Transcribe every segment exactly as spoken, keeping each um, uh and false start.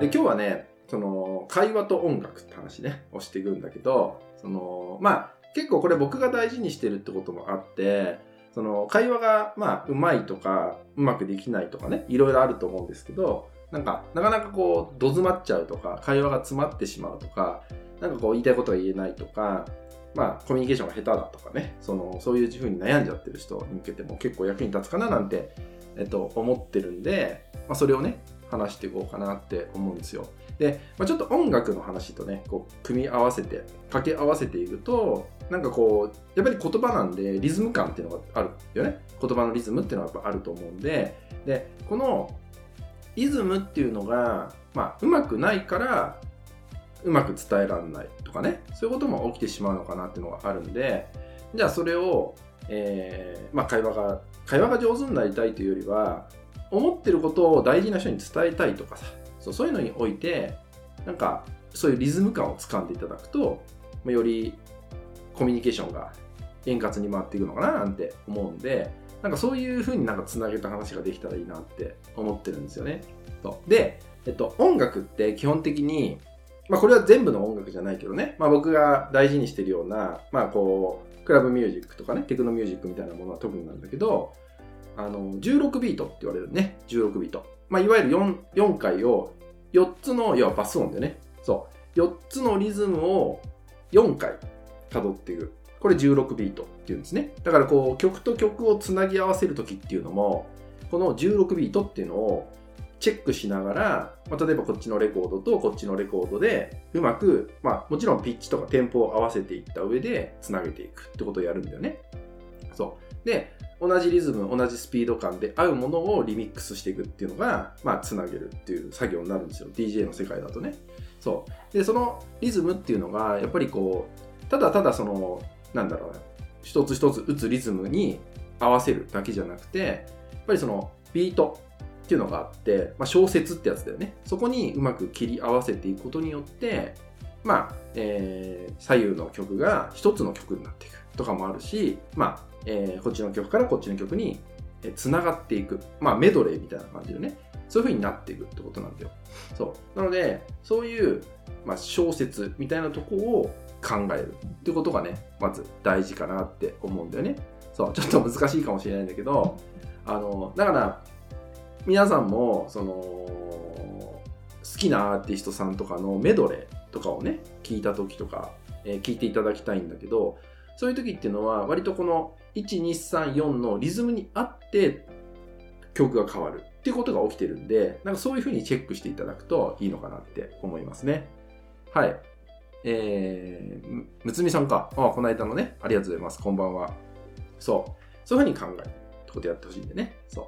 で今日はね、その会話と音楽って話ねをしていくんだけど、そのまあ結構これ僕が大事にしてるってこともあって、その会話がまあうまいとかうまくできないとかね、いろいろあると思うんですけど、なんかなかなかこうど詰まっちゃうとか、会話が詰まってしまうとか、なんかこう言いたいことが言えないとか、まあコミュニケーションが下手だとかね、そのそういう風に悩んじゃってる人に向けても結構役に立つかななんて、えっと、思ってるんで、まあ、それをね話していこうかなって思うんですよ。で、まあ、ちょっと音楽の話とねこう組み合わせて掛け合わせていくと、なんかこうやっぱり言葉なんでリズム感っていうのがあるよね。言葉のリズムっていうのはやっぱあると思うんで、でこのリズムっていうのが、まあ、うまくないからうまく伝えられないとかね、そういうことも起きてしまうのかなっていうのがあるんで、じゃあそれを、えーまあ、会話が会話が上手になりたいというよりは、思ってることを大事な人に伝えたいとかさ、そう、そういうのにおいてなんかそういうリズム感をつかんでいただくと、よりコミュニケーションが円滑に回っていくのかななんて思うんで、なんかそういう風になんかつなげた話ができたらいいなって思ってるんですよね。そうで、えっと、音楽って基本的に、まあこれは全部の音楽じゃないけどね、まあ僕が大事にしてるような、まあこうクラブミュージックとかね、テクノミュージックみたいなものは特になんだけど、あのじゅうろくビートって言われるね、じゅうろくビート、まあいわゆる 4, 4回をよっつの、要はバス音でね、そうよっつのリズムをよんかい辿っていく、これじゅうろくビートっていうんですね。だからこう曲と曲をつなぎ合わせるときっていうのも、このじゅうろくビートっていうのをチェックしながら、まあ、例えばこっちのレコードとこっちのレコードでうまく、まあもちろんピッチとかテンポを合わせていった上でつなげていくってことをやるんだよね。そうで、同じリズム、同じスピード感で合うものをリミックスしていくっていうのが、まあつなげるっていう作業になるんですよ、 ディージェー の世界だとね。そうで、そのリズムっていうのがやっぱりこうただただそのなんだろうな、一つ一つ打つリズムに合わせるだけじゃなくて、やっぱりそのビートっていうのがあって、まあ、小節ってやつだよね。そこにうまく切り合わせていくことによって、まあ、えー、左右の曲が一つの曲になっていくとかもあるし、まあ、えー、こっちの曲からこっちの曲につながっていく、まあメドレーみたいな感じでね、そういう風になっていくってことなんだよ。そうなので、そういう、まあ、小節みたいなとこを考えるってことがね、まず大事かなって思うんだよね。そう、ちょっと難しいかもしれないんだけど、あのだから皆さんもその好きなアーティストさんとかのメドレーとかをね聞いた時とか、えー、聞いていただきたいんだけど、そういう時っていうのは割とこのいちにさんよんのリズムに合って曲が変わるっていうことが起きてるんで、なんかそういう風にチェックしていただくといいのかなって思いますね。はい。えー、むむつみさんか。あ、この間のね、ありがとうございます。こんばんは。そう。そういう風に考えるってことやってほしいんでね。そう。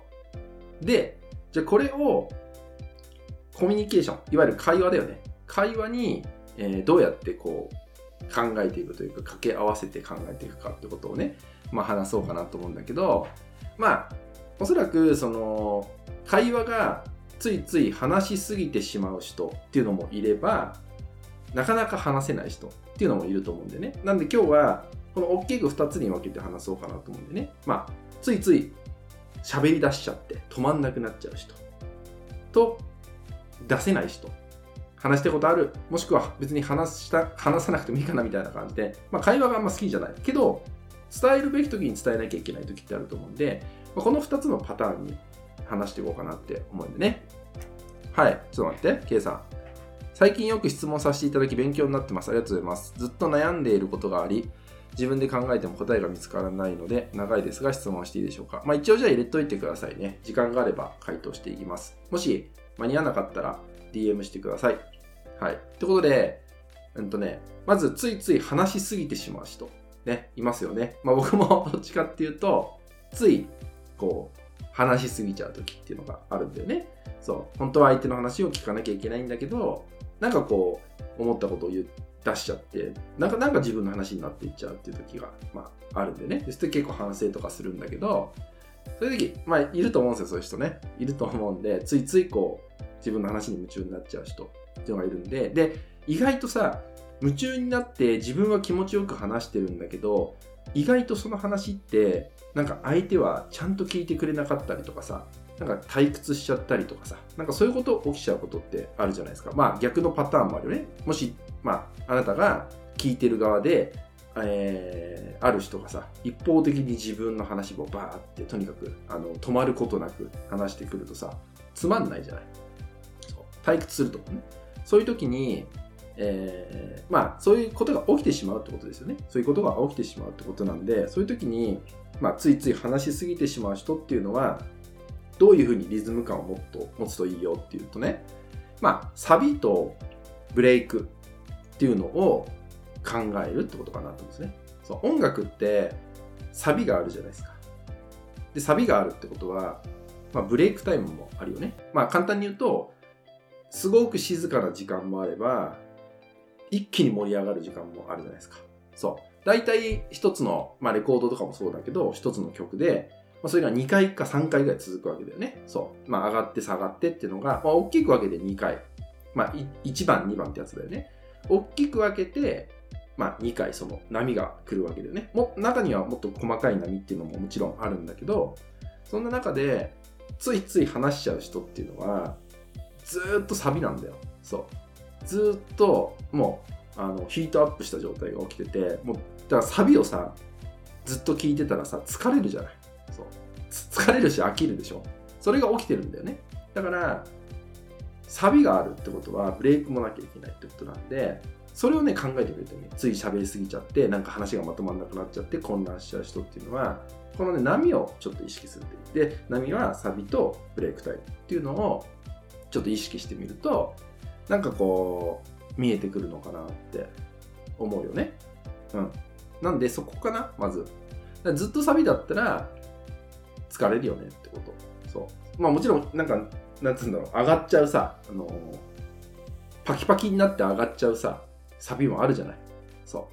で、じゃあこれをコミュニケーション、いわゆる会話だよね。会話に、えー、どうやってこう考えていくというか、掛け合わせて考えていくかってことをね、まあ話そうかなと思うんだけど、まあ、おそらくその会話がついつい話しすぎてしまう人っていうのもいれば、なかなか話せない人っていうのもいると思うんでね。なんで今日はこの大きくふたつに分けて話そうかなと思うんでね。まあついつい喋り出しちゃって止まんなくなっちゃう人と、出せない人、話したことある、もしくは別に話した話さなくてもいいかなみたいな感じで、まあ、会話があんま好きじゃないけど伝えるべき時に伝えなきゃいけない時ってあると思うんで、まあ、このふたつのパターンに話していこうかなって思うんでね。はい、ちょっと待って、K さん。最近よく質問させていただき勉強になってます。ありがとうございます。ずっと悩んでいることがあり、自分で考えても答えが見つからないので、長いですが質問していいでしょうか。まあ一応じゃあ入れといてくださいね。時間があれば回答していきます。もし間に合わなかったら ディーエム してください。はい。ってことで、うんとね、まずついつい話しすぎてしまう人、ね、いますよね。まあ僕もどっちかっていうと、ついこう、話しすぎちゃう時っていうのがあるんだよね。そう。本当は相手の話を聞かなきゃいけないんだけど、なんかこう、思ったことを言う出しちゃって、なんかなんか自分の話になっていっちゃうっていう時が、まあ、あるんでね。で、それ結構反省とかするんだけど、そういう時、まあ、いると思うんですよ、そういう人ね。いると思うんで、ついついこう、自分の話に夢中になっちゃう人っていうのがいるんで、で、意外とさ、夢中になって自分は気持ちよく話してるんだけど、意外とその話ってなんか相手はちゃんと聞いてくれなかったりとかさ、 なんか退屈しちゃったりとかさ、なんかそういうこと起きちゃうことってあるじゃないですか。まあ逆のパターンもあるよね。もし、まああなたが聞いてる側で、えー、ある人がさ、一方的に自分の話をバーってとにかくあの止まることなく話してくるとさ、つまんないじゃない。そう退屈するとね。そういう時に、えー、まあそういうことが起きてしまうってことですよね。そういうことが起きてしまうってことなんで、そういう時に、まあ、ついつい話しすぎてしまう人っていうのは、どういうふうにリズム感をもっと持つといいよっていうとね、まあサビとブレイクっていうのを考えるってことかなと思うんですね。そう、音楽ってサビがあるじゃないですか。で、サビがあるってことは、まあ、ブレイクタイムもあるよね。まあ簡単に言うと、すごく静かな時間もあれば、一気に盛り上がる時間もあるじゃないですか。そう。大体一つの、まあレコードとかもそうだけど、一つの曲で、まあ、それがにかいかさんかいぐらい続くわけだよね。そう。まあ上がって下がってっていうのが、まあ大きく分けてにかい。まあいちばん、にばんってやつだよね。大きく分けて、まあにかいその波が来るわけだよね。も中にはもっと細かい波っていうのももちろんあるんだけど、そんな中でついつい話しちゃう人っていうのは、ずーっとサビなんだよ。そう。ずーっともうあのヒートアップした状態が起きてて、もうだからサビをさ、ずっと聞いてたらさ、疲れるじゃない。そう。疲れるし飽きるでしょ。それが起きてるんだよね。だからサビがあるってことはブレイクもなきゃいけないってことなんで、それをね考えてくれてね、つい喋りすぎちゃってなんか話がまとまんなくなっちゃって混乱しちゃう人っていうのは、このね波をちょっと意識するっていう。で、波はサビとブレイクタイムっていうのをちょっと意識してみると、なんかこう見えてくるのかなって思うよね。うん。なんでそこかな、まず。ずっとサビだったら疲れるよねってこと。そう。まあもちろんなんかなんつうんだろう、上がっちゃうさ、あのパキパキになって上がっちゃうさ、サビもあるじゃない。そう。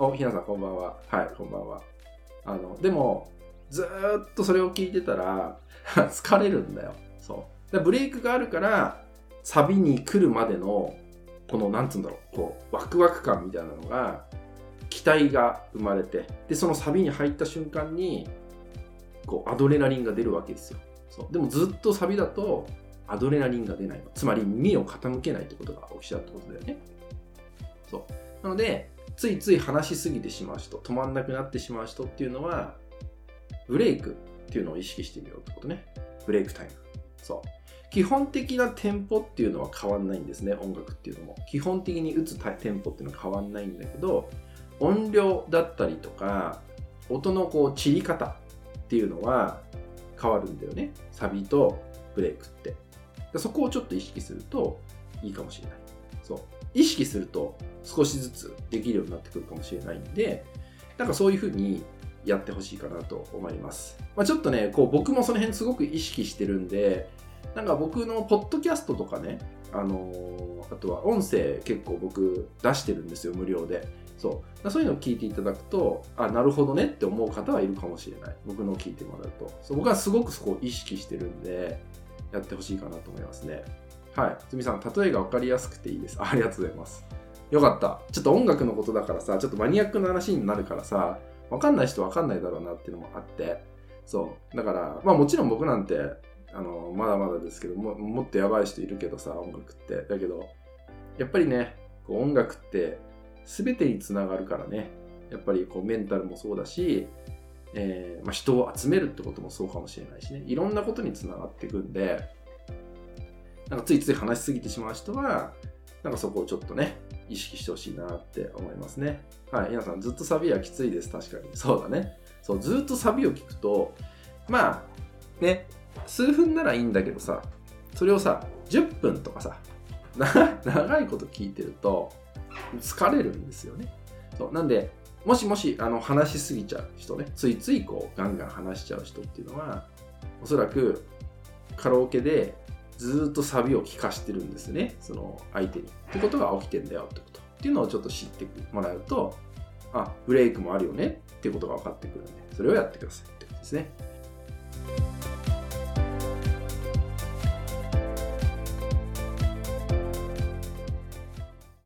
お、ひなさんこんばんは。はい、こんばんは。あのでもずーっとそれを聞いてたら疲れるんだよ。そう。でブレイクがあるからサビに来るまでのこのなんつうんだろう、こうワクワク感みたいなのが、期待が生まれて、でそのサビに入った瞬間にこうアドレナリンが出るわけですよ。そう。でもずっとサビだとアドレナリンが出ない。つまり耳を傾けないってことが起きちゃうってことだよね。そう。なのでついつい話しすぎてしまう人、止まんなくなってしまう人っていうのは、ブレイクっていうのを意識してみようってことね。ブレイクタイム。そう。基本的なテンポっていうのは変わんないんですね、音楽っていうのも。基本的に打つテンポっていうのは変わんないんだけど、音量だったりとか、音のこう散り方っていうのは変わるんだよね。サビとブレイクって。そこをちょっと意識するといいかもしれない。そう。意識すると少しずつできるようになってくるかもしれないんで、なんかそういうふうにやってほしいかなと思います。まあ、ちょっとね、こう僕もその辺すごく意識してるんで、なんか僕のポッドキャストとかね、あのー、あとは音声結構僕出してるんですよ、無料で。そう。そういうのを聞いていただくと、あ、なるほどねって思う方はいるかもしれない。僕のを聞いてもらうと。そう、僕はすごくそこを意識してるんで、やってほしいかなと思いますね。はい。つみさん、例えが分かりやすくていいです。ありがとうございます。よかった。ちょっと音楽のことだからさ、ちょっとマニアックな話になるからさ、分かんない人分かんないだろうなっていうのもあって。そう。だから、まあもちろん僕なんて、あの、まだまだですけども、もっとやばい人いるけどさ、音楽って。だけど、やっぱりね、こう音楽って全てにつながるからね。やっぱりこうメンタルもそうだし、えーまあ、人を集めるってこともそうかもしれないしね。いろんなことにつながっていくんで、なんかついつい話しすぎてしまう人は、なんかそこをちょっとね、意識してほしいなって思いますね。はい、皆さんずっとサビはきついです。確かに。そうだね。そう、ずっとサビを聞くと、まあ、ね、数分ならいいんだけどさ、それをさ、じゅっぷんとかさ、長いこと聞いてると疲れるんですよね。そうなんで、もしもしあの話しすぎちゃう人ね、ついついこうガンガン話しちゃう人っていうのは、おそらくカラオケでずっとサビを聞かしてるんですね、その相手に。ってことが起きてんだよってこと。っていうのをちょっと知ってもらうと、あ、ブレイクもあるよねっていうことが分かってくるんで、それをやってくださいってことですね。